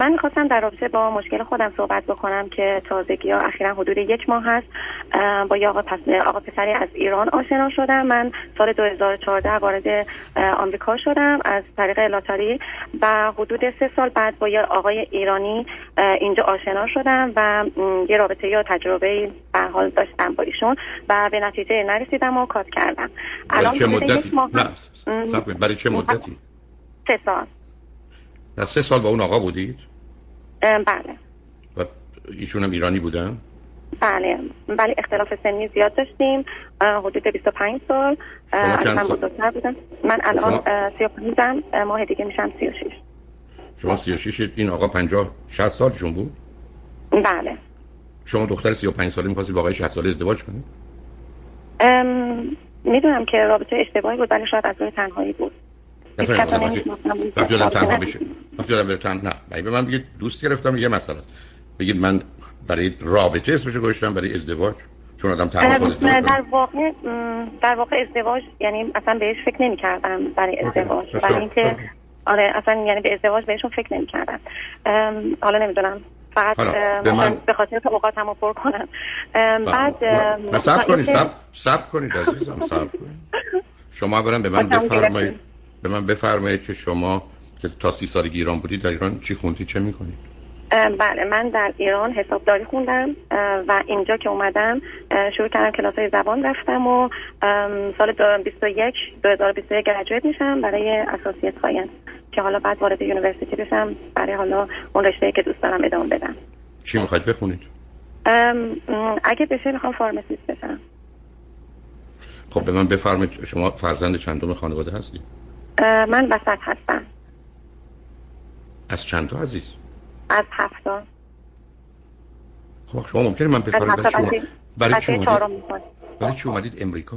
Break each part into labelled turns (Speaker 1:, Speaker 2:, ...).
Speaker 1: من میخواستم در رابطه با مشکل خودم صحبت بکنم که تازگی ها اخیرا حدود 1 ماه هست با یه آقا پسری از ایران آشنا شدم. من سال 2014 وارد آمریکا شدم از طریق لاتاری و حدود 3 سال بعد با یه آقای ایرانی اینجا آشنا شدم و یه رابطه یا تجربه به حال داشتم با ایشون و به نتیجه نرسیدم و کات کردم.
Speaker 2: برای چه مدتی؟ برای چه مدتی؟
Speaker 1: 3 سال.
Speaker 2: 3 سال با اون آقا بودید؟
Speaker 1: بله.
Speaker 2: و ایشون هم ایرانی بودن؟
Speaker 1: بله، ولی اختلاف سنی زیاد داشتیم، حدود 25 سال.
Speaker 2: شما چند سال؟
Speaker 1: بزرگتر بودم. من الان 35م، ماه دیگه میشم 36.
Speaker 2: شما 36، این آقا 50-60 سالشون بود؟
Speaker 1: بله.
Speaker 2: شما دختر 35 ساله می‌خواستید با آقای 60 ساله ازدواج کنید؟
Speaker 1: میدونم که رابطه اشتباهی بود ولی شاید از روی تنهایی بود.
Speaker 2: وقتی آدم تنها بشه، وقتی آدم تنها نه، به من بگید دوست گرفتم یه مسئله است. بگید من برای رابطه اسمشو گذاشتم برای ازدواج، چون آدم تنها خود ازدواج
Speaker 1: در واقع ازدواج یعنی اصلا بهش فکر نمی‌کردم برای ازدواج، ولی اینکه آره اصلا یعنی به ازدواج بهشون فکر نمی‌کردم. حالا نمیدونم، فقط به خاطر که اوقاتمو پر کنم. بعد
Speaker 2: صبر کنید عزیزم، صبر کنید. شما اولا به من بفرمایید که شما که تا 30 سالگی ایران بودید، در ایران چی خوندید، چه میکنید؟
Speaker 1: بله، من در ایران حسابداری خوندم و اینجا که اومدم شروع کردم کلاس‌های زبان رفتم و سال 2021 گریجویت میشم برای اساسیت ساینس که حالا بعد وارد یونیورسیتی بشم برای حالا اون رشته‌ای که دوست دارم ادامه بدم.
Speaker 2: چی میخواید بخونید؟
Speaker 1: اگه بشه میخوام فارماسیست بشم.
Speaker 2: خب به من بفرمایید شما فرزند چندم خانواده هستید؟
Speaker 1: من وسط هستم.
Speaker 2: از چند تا عزیز؟
Speaker 1: از 7 تا.
Speaker 2: خب شما ممکنه من بفرمایید برای چی اومدید امریکا؟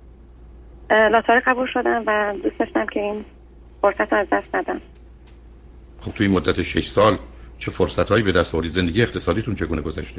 Speaker 1: لاتاری قبول شدم و دوست داشتم که این فرصت رو از دست ندم.
Speaker 2: خب توی مدت 6 سال چه فرصت‌هایی به دست آوردید؟ زندگی اقتصادیتون چگونه گذشته؟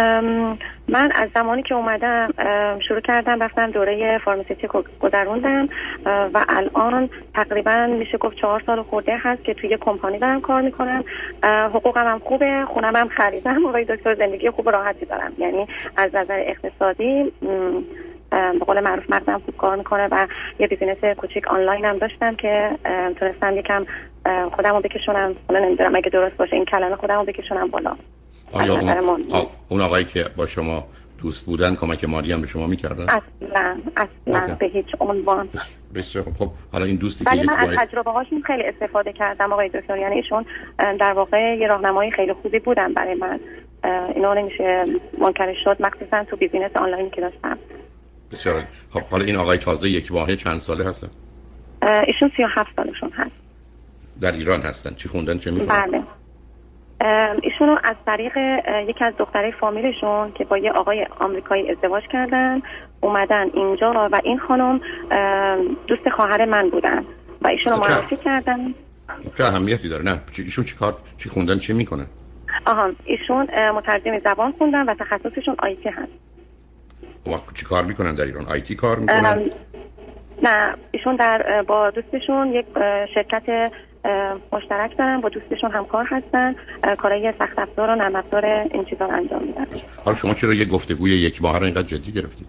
Speaker 1: من از زمانی که اومدم شروع کردم رفتم دوره فارماسیستی گذروندم و الان تقریبا میشه گفت 4 سال خورده هست که توی کمپانی دارم کار میکنم. حقوقم هم خوبه، خونم هم خریدم و دکتر زندگی خوب و راحتی دارم. یعنی از نظر اقتصادی به قول معروف مغزم خوب کار میکنه و یه بیزینس کوچیک آنلاین هم داشتم که تونستم یکم خودمو بکشونم، حالا نمیدونم اگه درست باشه این کلمه، خودمو بکشونم بالا.
Speaker 2: آیا اون آقایی که با شما دوست بودن کمک مالی هم به شما میکردن؟
Speaker 1: اصلا به هیچ عنوان.
Speaker 2: بسیار خب. حالا این دوستی که
Speaker 1: ولی من از تجربه هاشون خیلی استفاده کردم آقای دکتر، یعنی ایشون در واقع یه راهنمایی خیلی خوبی بودن برای من. اینا نمیشه منکرش شد، مخصوصا تو بیزینس آنلاینی که داشتم.
Speaker 2: بسیار خب. حالا این آقای تازه 1 ماهه چند ساله هستن؟
Speaker 1: ایشون 37 سالشون هست.
Speaker 2: در ایران هستن. چی خوندن، چه میکنن؟
Speaker 1: بله. ایشونو از طریق یکی از دخترای فامیلشون که با یه آقای آمریکایی ازدواج کردن اومدن اینجا و این خانم دوست خواهر من بودن و ایشونو معرفی کردن.
Speaker 2: چه اهمیتی داره؟ نه ایشون چی خوندن، چی میکنن؟
Speaker 1: ایشون مترجم زبان خوندن و تخصصشون آیتی هست.
Speaker 2: خب چی کار میکنن در ایران؟ آیتی کار میکنن؟
Speaker 1: نه ایشون با دوستشون یک شرکت مشترک دارن، با دوستشون همکار هستن، کارهای سخت افزار و نرم افزار این چیزا رو انجام میدن.
Speaker 2: حالا شما چرا یه گفتگوی 1 ماهه رو اینقدر جدی گرفتید؟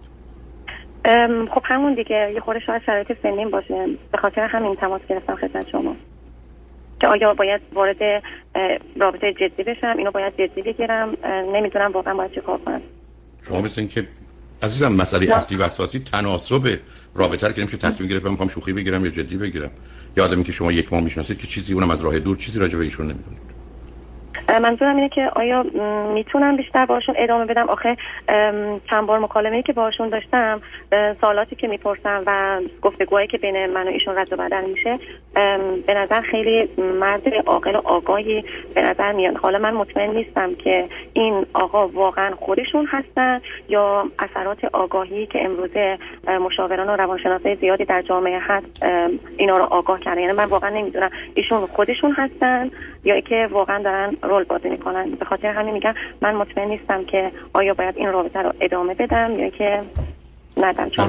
Speaker 1: خب همون دیگه، یه خورده شاید شرایط سنیم باشه، به خاطر همین تماس گرفتم خدمت شما که آیا باید وارد رابطه جدی بشم، اینو باید جدی بگیرم، نمیدونم واقعا باید چه کار کنم.
Speaker 2: شما مثل این که عزیزم مسئله اصلی و اساسی تناسب رابطه رو که نمیشه تصمیم گرفت من میخوام شوخی بگیرم یا جدی بگیرم. یا آدمی که شما 1 ماه میشناسید که چیزی اونم از راه دور چیزی راجع به ایشون نمیدونید.
Speaker 1: منظورم اینه که آیا میتونم بیشتر باشون ادامه بدم؟ آخه چند بار مکالمه‌ای که باشون داشتم، سوالاتی که میپرسم و گفتگوهایی که بین من و ایشون رد و بدل میشه، به نظر خیلی مرد عاقل و آگاهی به نظر میاد. حالا من مطمئن نیستم که این آقا واقعا خودشون هستن یا اثرات آگاهی که امروزه مشاوران و روانشناسای زیادی در جامعه هست اینا رو آگاه کردن. یعنی من واقعا نمیدونم ایشون خودشون هستن یا که واقعا دارن رول بازی میکنن. به خاطر همین میگم من مطمئن نیستم که آیا باید این رابطه رو ادامه بدم یا که ندم، چون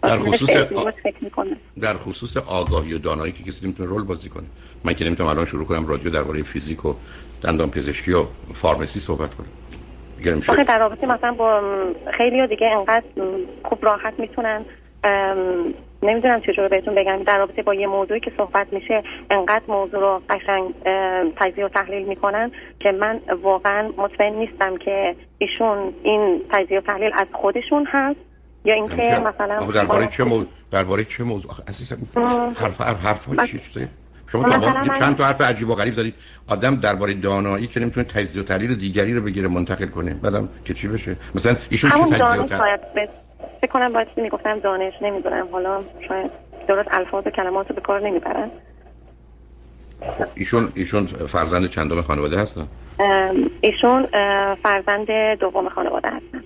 Speaker 2: در خصوص آگاهی و دانایی که کسی نمیتونه رول بازی کنه. من که نمیتونم الان شروع کنم رادیو درباره فیزیک و دندان پزشکی و فارمسی صحبت کنیم.
Speaker 1: آخه در رابطه مثلا با خیلی دیگه انقدر خوب راحت میتونن نمیدونم چجوری بهتون بگم، در رابطه با یه موضوعی که صحبت میشه انقدر موضوع رو قشنگ تجزیه و تحلیل میکنن که من واقعا مطمئن نیستم که ایشون این تجزیه و تحلیل از خودشون هست یا اینکه مثلا
Speaker 2: درباره چه موضوع عزیزم حرف چیه؟ شما چند تا حرف عجیب و غریب زدید. آدم درباره دانایی که نمیتونه تجزیه و تحلیل دیگری رو بگیره منتقل کنه، بعدم که چی بشه؟ مثلا ایشون چه تجزیه و تحلیل
Speaker 1: فکر کنم باید میگفتم دانش، نمیدونم حالا شاید درست الفاظ و کلمات رو به کار نمیبرن.
Speaker 2: ایشون فرزند چندم خانواده هستن؟
Speaker 1: ایشون فرزند دوم خانواده هستن.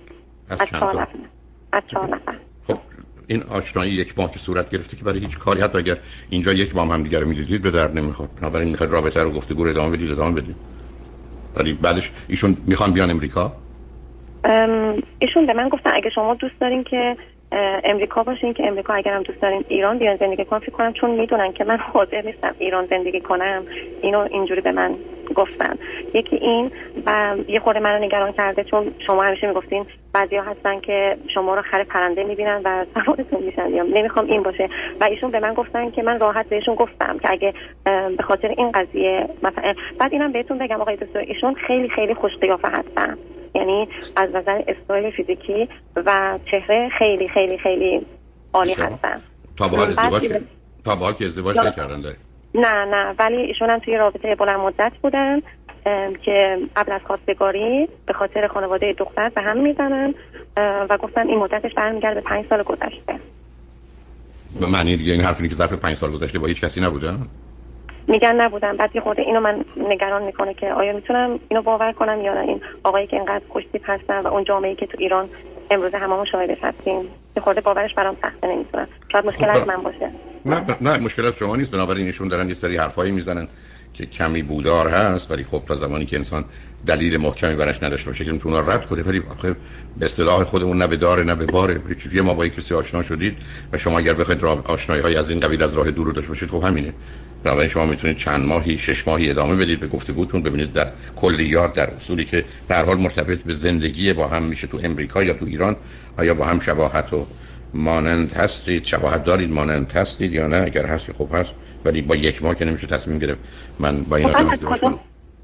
Speaker 1: از 4 نفر.
Speaker 2: خب این آشنایی یک ماه که صورت گرفته که برای هیچ کاری، حتی اگر اینجا یک ماه هم دیگه رو می‌دیدید، به درد نمیخواد. بنابراین میخواد رابطه رو گفتگو رو ادامه بدید. ولی بعدش ایشون میخوان بیان امریکا.
Speaker 1: ایشون به من گفتن اگه شما دوست دارین که امریکا باشین که امریکا، اگر هم دوست دارین ایران بیان زندگی کنم، فکر کنم چون میدونن که من حاضر نیستم ایران زندگی کنم اینو اینجوری به من گفتن. یکی این و یه خورده منو نگران کرده چون شما همیشه میگفتین بعضیا هستن که شما رو خر پرنده میبینن و سوارتون میشن، یا نمیخوام این باشه. و ایشون به من گفتن که من راحت بهشون گفتم که اگه به خاطر این قضیه مثلا، بعد اینم بهتون بگم آقای دکتر ایشون خیلی خیلی خوش قیافه هستن، یعنی از نظر استایل فیزیکی و چهره خیلی خیلی خیلی عالی هستن.
Speaker 2: تا به حال ازدواج نکردن داری؟
Speaker 1: نه ولی ایشون هم توی رابطه بلند مدت بودن که قبل از خواستگاری به خاطر خانواده دختر به هم میزنن و گفتن این مدتش برمیگرده به 5 سال گذشته.
Speaker 2: معنی دیگه این حرفی که ظرف 5 سال گذشته با هیچ کسی نبودن؟
Speaker 1: میگن نبودن. بعد یه خورده اینو من نگران میکنه که آیا میتونم اینو باور کنم یا نه. این آقایی که اینقدر خوشتیپ هستن و اون جامعه‌ای که تو ایران امروز هممون شاهدش هستیم، یه خورده باورش برام سخته، نمیتونم. شاید مشکل از من باشه.
Speaker 2: نه مشکل از شما نیست. بنابراین ایشون دارن یه سری حرفایی میزنن که کمی بودار هست، ولی خب تا زمانی که انسان دلیل محکمی براش نداشته باشه که میتونه رد کنه. ولی آخه به اصطلاح خودمون نه به داره نه به باره. چیزی ما با کسی آشنا شدید و شما اگر بخواید آشنایی‌های از این قبیل از راه دور رو داشته باشید، خب همینه. بنابراین شما میتونید چند ماهی 6 ماهی ادامه بدید به گفتگوتون، ببینید در کلیات در اصولی که به هر حال مرتبط به زندگی با هم میشه تو امریکا یا تو ایران، آیا با هم شباهت و مانند هستید، شباهت دارید، مانند هستید یا نه. اگر هست خب هست، ولی با 1 ماه که نمیشه تصمیم گرفت من با این آدم ازدواج کنم.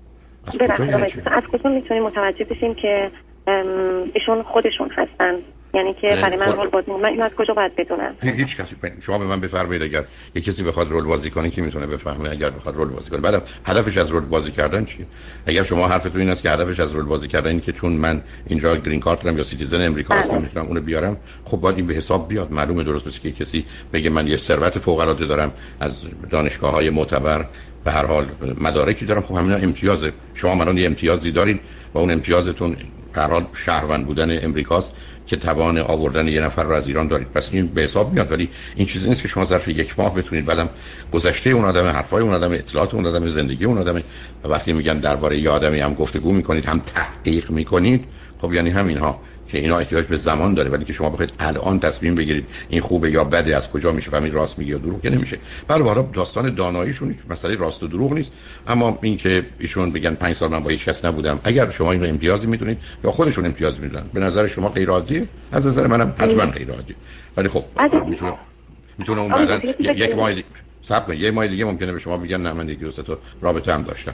Speaker 1: از کجا میتونیم متوجه بشیم که ایشون خودشون هستن؟ یعنی که برای من رول بازی، من اینو از کجا باید بدونم؟
Speaker 2: هیچ کسی شما به من بفرمایید اگر یک کسی بخواد رول بازی کنه که میتونه بفهمه اگر بخواد رول بازی کنه. بعدم هدفش از رول بازی کردن چیه؟ اگر شما حرفتون این است که هدفش از رول بازی کردن اینه که چون من اینجا گرین کارت دارم یا سیتیزن امریکا هستم میتونم اونو بیارم، خب باید این به حساب بیاد. معلومه درست مثل که کسی بگه من یه ثروت فوق العاده دارم، از دانشگاه‌های معتبر به هر حال مدارکی دارم، خب همینا امتیازه. شما الان یه امتیازی دارین و اون امتیازتون به هر حال شهروند بودن امریکاست که توان آوردن یه نفر رو از ایران دارید، پس این به حساب میاد. ولی این چیزی نیست که شما ظرف 1 ماه بتونید بعدم گذشته اون آدم، حرفای اون آدم، اطلاعات اون آدم، زندگی اون آدم، و وقتی میگن درباره یه آدمی هم گفتگو میکنید هم تحقیق میکنید، خب یعنی همینها که اینا احتیاج به زمان داره. ولی که شما بخواید الان تصمیم بگیرید این خوبه یا بده، از کجا میشه فهمید راست میگه یا دروغ، که نمیشه. بله حالا داستان داناییشون مسئله راست و دروغ نیست، اما این که ایشون بگن 5 سال من با هیچ کس نبودم، اگر شما اینو امتیازی میدونید یا خودشون امتیاز میدونن، به نظر شما غیر عادیه، از نظر منم حتما غیر عادیه. ولی خب میتونه اون بعدن 1 ماه دیگه صبر کنید، 1 ماه دیگه ممکنه به شما بگن نه من دیگه 2 تا رابطه هم داشتم.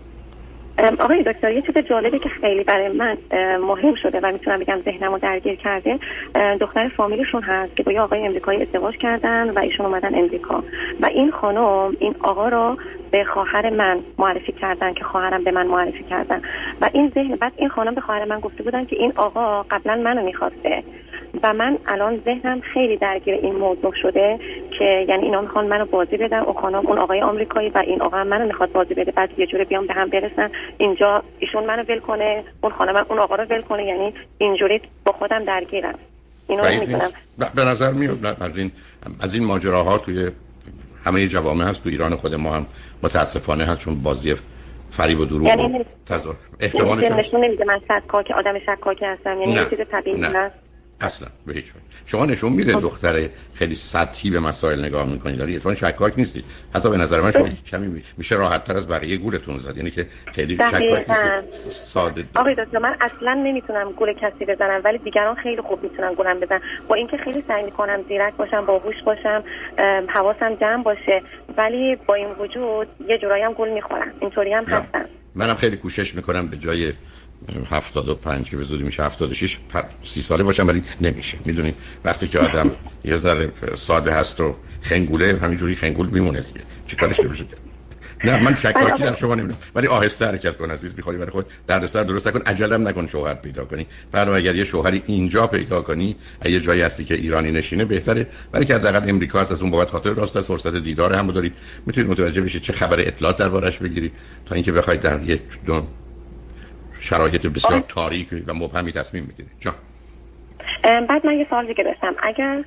Speaker 1: آقای دکتر یه چیز جالبی که خیلی برای من مهم شده و میتونم بگم ذهنمو درگیر کرده، دختر فامیلشون هست که با یه آقای امریکایی ازدواج کردن و ایشون اومدن امریکا و این خانم این آقا رو به خواهر من معرفی کردن که خواهرم به من معرفی کردن و این ذهن، بعد این خانم به خواهر من گفته بودن که این آقا قبلا منو میخواسته و من الان ذهنم خیلی درگیر این موضوع شده که یعنی اینا میخوان منو بازی بدن، اون خانم اون آقای آمریکایی و این آقا هم منو میخواد بازی بده، بعد یه جوری بیام به هم برسن، اینجا ایشون منو ول کنه، اون خانم اون آقا رو ول کنه، یعنی اینجوری با خودم درگیرم. اینو نمیدونم.
Speaker 2: به نظر میاد از این ماجراها توی همه جوامع هست، تو ایران خود ما هم متاسفانه هست، چون بازی فریب و دروغ
Speaker 1: یعنی
Speaker 2: و احتمالش
Speaker 1: نشون نمیده من شکاک آدم شکاکی هستم، یعنی یه چیز طبیعی نیست.
Speaker 2: اصلا به هیچ وجه. شما نشون میده دختر خیلی سطحی به مسائل نگاه میکنید، داری اتفاقا شکاک نیستید. حتی به نظر من شما کمی میشه راحت تر از بقیه گولتون زد، یعنی که خیلی شکاک نیست، ساده.
Speaker 1: آقای دکتر من اصلا نمیتونم گول کسی بزنم، ولی دیگران خیلی خوب میتونن گولم بزنن، با اینکه خیلی سعی میکنم زیرک باشم، باهوش باشم، حواسم جمع باشه، ولی با این وجود یه جورایی هم گول میخورم. اینطوری هم هستم.
Speaker 2: منم خیلی کوشش میکنم به جای 75 که به زودی میشه 76 30 ساله باشم، ولی نمیشه. میدونید وقتی که آدم یه ذره ساده هست و خنگوله، همینجوری خنگول میمونه دیگه، چیکارش بشه کرد. نه من شکاکی در شما نمیدونم، ولی آهسته حرکت کن عزیز، میخوای برای خود دردسر درست نکن، عجلم نکن شوهر پیدا کنی. بعد اگر یه شوهری اینجا پیدا کنی، یه جایی هستی که ایرانی نشینه بهتره، ولی که حداقل امریکا هست، از اون بابت خاطر راست است، فرصت دیدار هم دارید، میتونید متوجه بشید چه خبر، اطلاعات دربارش بگیری، تا اینکه بخواید در یک دو شرایط بسیار تاریک و مبهمی تصمیم بگیرید. جان
Speaker 1: بعد من یه سوال دیگه داشتم. اگر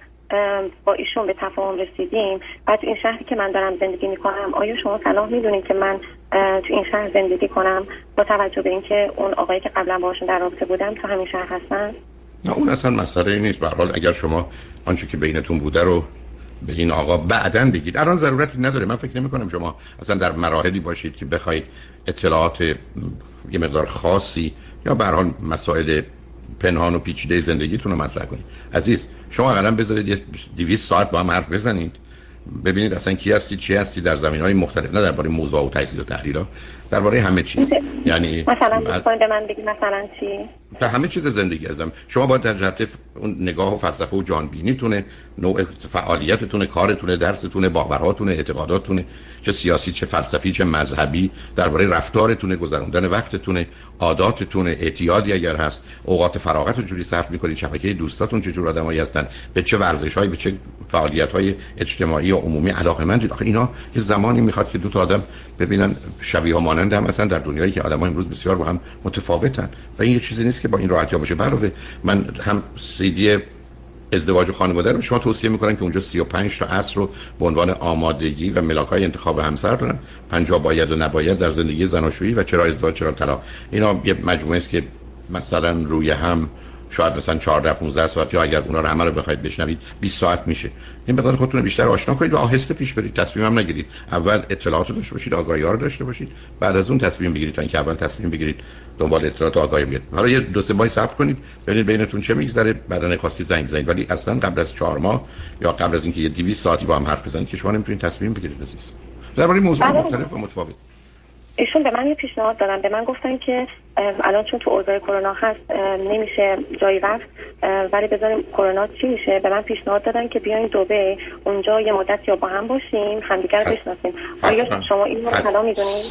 Speaker 1: با ایشون به تفاهم رسیدیم، بعد این شهری که من دارم زندگی میکنم، آیا شما صلاح میدونید که من تو این شهر زندگی کنم با توجه به اینکه اون آقایی که قبلا باهاشون در رابطه بودم تو همین شهر هستن؟
Speaker 2: نه اون اصلا مسئله نیست. به هر حال اگر شما آنچه که بینتون بوده رو به این آقا بعداً بگید، الان ضرورتی نداره. من فکر نمی‌کنم شما اصلا در مراحلی باشید که بخواید اطلاعات یه مقدار خاصی یا به هر حال مسائل پنهان و پیچیده زندگیتون رو مطرح کنید. عزیز شما حداقل بذارید یه 200 ساعت با هم حرف بزنید، ببینید اصلا کی هستی، چی هستی در زمینه‌های مختلف، نه درباره موضوع و تجزیه و تحلیل، درباره همه چیز. یعنی
Speaker 1: مثلا به من بگید مثلا چی؟
Speaker 2: تا همه چیز زندگی ازم شما باید در جهت اون نگاه و فلسفه و جانبینیتونه، نوع فعالیتتونه، کارتونه، درستونه، باورهاتونه، اعتقاداتونه، چه سیاسی، چه فلسفی، چه مذهبی، درباره رفتارتونه، گذروندن وقتتونه، عاداتتونه، اعتیادی اگر هست، اوقات فراغتتون چجوری صرف می‌کنید، شبکه دوستاتون چه جور آدمایی هستن، به چه ورزش‌هایی، به چه فعالیت‌های اجتماعی و عمومی علاقه‌مندید. آخه اینا یه زمانی میخواد که دو تا آدم ببینن شبیه و مانند هم مثلا در دنیایی که آدم‌ها امروز بسیار با هم متفاوتن و این یه چیزی نیست که با این راحتی باشه. علاوه من هم سیدی ازدواج و خانواده رو شما توصیه میکنن که اونجا 35 تا اصل رو به عنوان آمادگی و ملاک‌های انتخاب همسر دارن، 50 باید و نباید در زندگی زناشویی و چرا ازدواج چرا طلاق. اینا یه مجموعه است که مثلا روی هم شاید مثلا 14 15 ساعت، یا اگر اونا رو همه رو بخواید بشنوید 20 ساعت میشه. این مقدار خودتون بیشتر آشنا کنید و آهسته پیش برید، تصمیم هم نگیرید. اول اطلاعات رو داشته باشید، آگاهی‌ها رو داشته باشید، بعد از اون تصمیم بگیرید، تا اینکه اول تصمیم بگیرید دنبال اطلاعات و آگاهی بیاد. حالا یه دو سه ماه صبر کنید ببینید بینتون چه میگذره، بعدن خاصی زنگ بزنید، ولی اصلا قبل از 4 ماه یا قبل از اینکه یه 200 ساعتی با هم حرف بزنید که شما نمیتونید تصمیم بگیرید عزیز. درباره موضوع مختلف و متفاوت.
Speaker 1: ایشون به من یه پیشنهاد دادن، به من گفتن که الان چون تو اوضاع کرونا هست نمیشه جایی رفت، ولی بذاریم کرونا چی میشه. به من پیشنهاد دادن که بیاین دبی، اونجا یه مدت یا با هم باشیم، همدیگه رو بشناسیم. آیا شما این رو حالا میدونید؟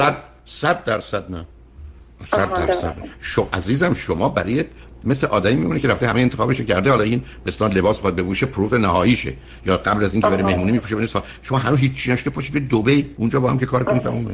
Speaker 2: 100% نه. 100%. عزیزم شما برای مثل آدمی میمونه که رفته همه انتخابشو کرده، حالا این مثلا لباس خود بپوشه پروف نهاییشه، یا قبل از اینکه بره مهمونی میپوشه. ببینید شما هنوز هیچ نشته پوشید به دبی، اونجا با هم که کار کنید تمومه.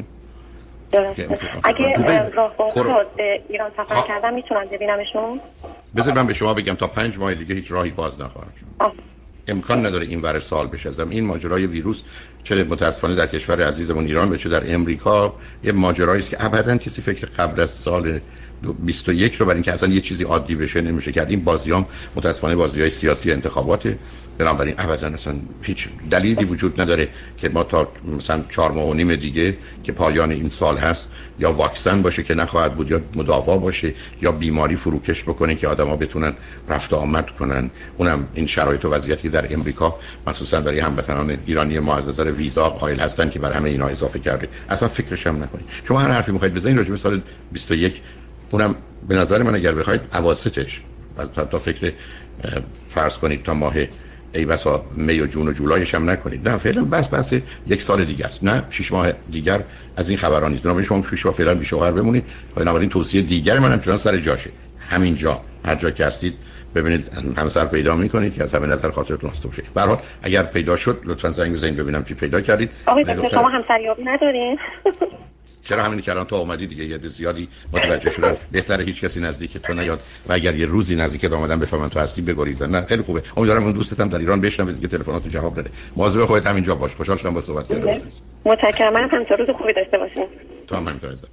Speaker 1: اگه راه به ایران سفر کردم میتونم ببینمشون؟
Speaker 2: بذار من به شما بگم تا 5 ماه دیگه هیچ راهی باز نخواهد شد. امکان نداره این ور سال بشه ازم. این ماجرای ویروس چه متاسفانه در کشور عزیزمون ایران بشه، در امریکا یه ماجرایی است که ابدا کسی فکر قبل از سال 21 رو برای اینکه اصلا یه چیزی عادی بشه نمیشه کرد. این بازیام متاسفانه بازیای سیاسی انتخاباته، بنابراین ابدا اصلا هیچ دلیلی وجود نداره که ما تا مثلا 4 ماه و نیم دیگه که پایان این سال هست یا واکسن باشه که نخواهد بود، یا مداوا باشه، یا بیماری فروکش بکنه که آدما بتونن رفت و آمد کنن. اونم این شرایط و وضعیتی در امریکا مخصوصا برای هموطنان ایرانی ما از نظر ویزا قائل هستن که بر همه اینا اضافه کرده. اصلا فکرش هم نکنید. شما هر حرفی میخواید بزنید راجع به سال 21، اونم به نظر من اگر بخواید اواسطش تا فکر فرض کنید تا ماه ای بسا می و جون و جولایش هم نکنید. نه فعلا بس 1 سال دیگه است، نه 6 ماه دیگر از این خبران نیست. بنابراین شما 6 ماه فعلا بی شوهر بمونید. بنابراین توصیه دیگر منم چون سر جاشه، همینجا هر جا که هستید ببینید همسر پیدا میکنید که از همین نظر خاطرتون هست باشه. به هر حال اگر پیدا شد لطفا زنگ بزنید ببینم چی پیدا کردید.
Speaker 1: آقای شما همسریابی ندارین؟
Speaker 2: چرا همین که الان تو اومدی دیگه یه زیادی متوجه شدن. بهتره هیچ کسی نزدیک تو نیاد و اگر یه روزی نزدیک اومدن بفهمن تو هستی بگریزن. نه خیلی خوبه. امیدوارم اون دوستت هم در ایران بشنوه دیگه تلفناتو جواب بده. مواظب خودت همینجا باش. خوشحال شدم با صحبت کردم عزیز.
Speaker 1: متشکرم. منم همینطور روز خوبی داشته باشین.
Speaker 2: تو هم همینطور عزیز.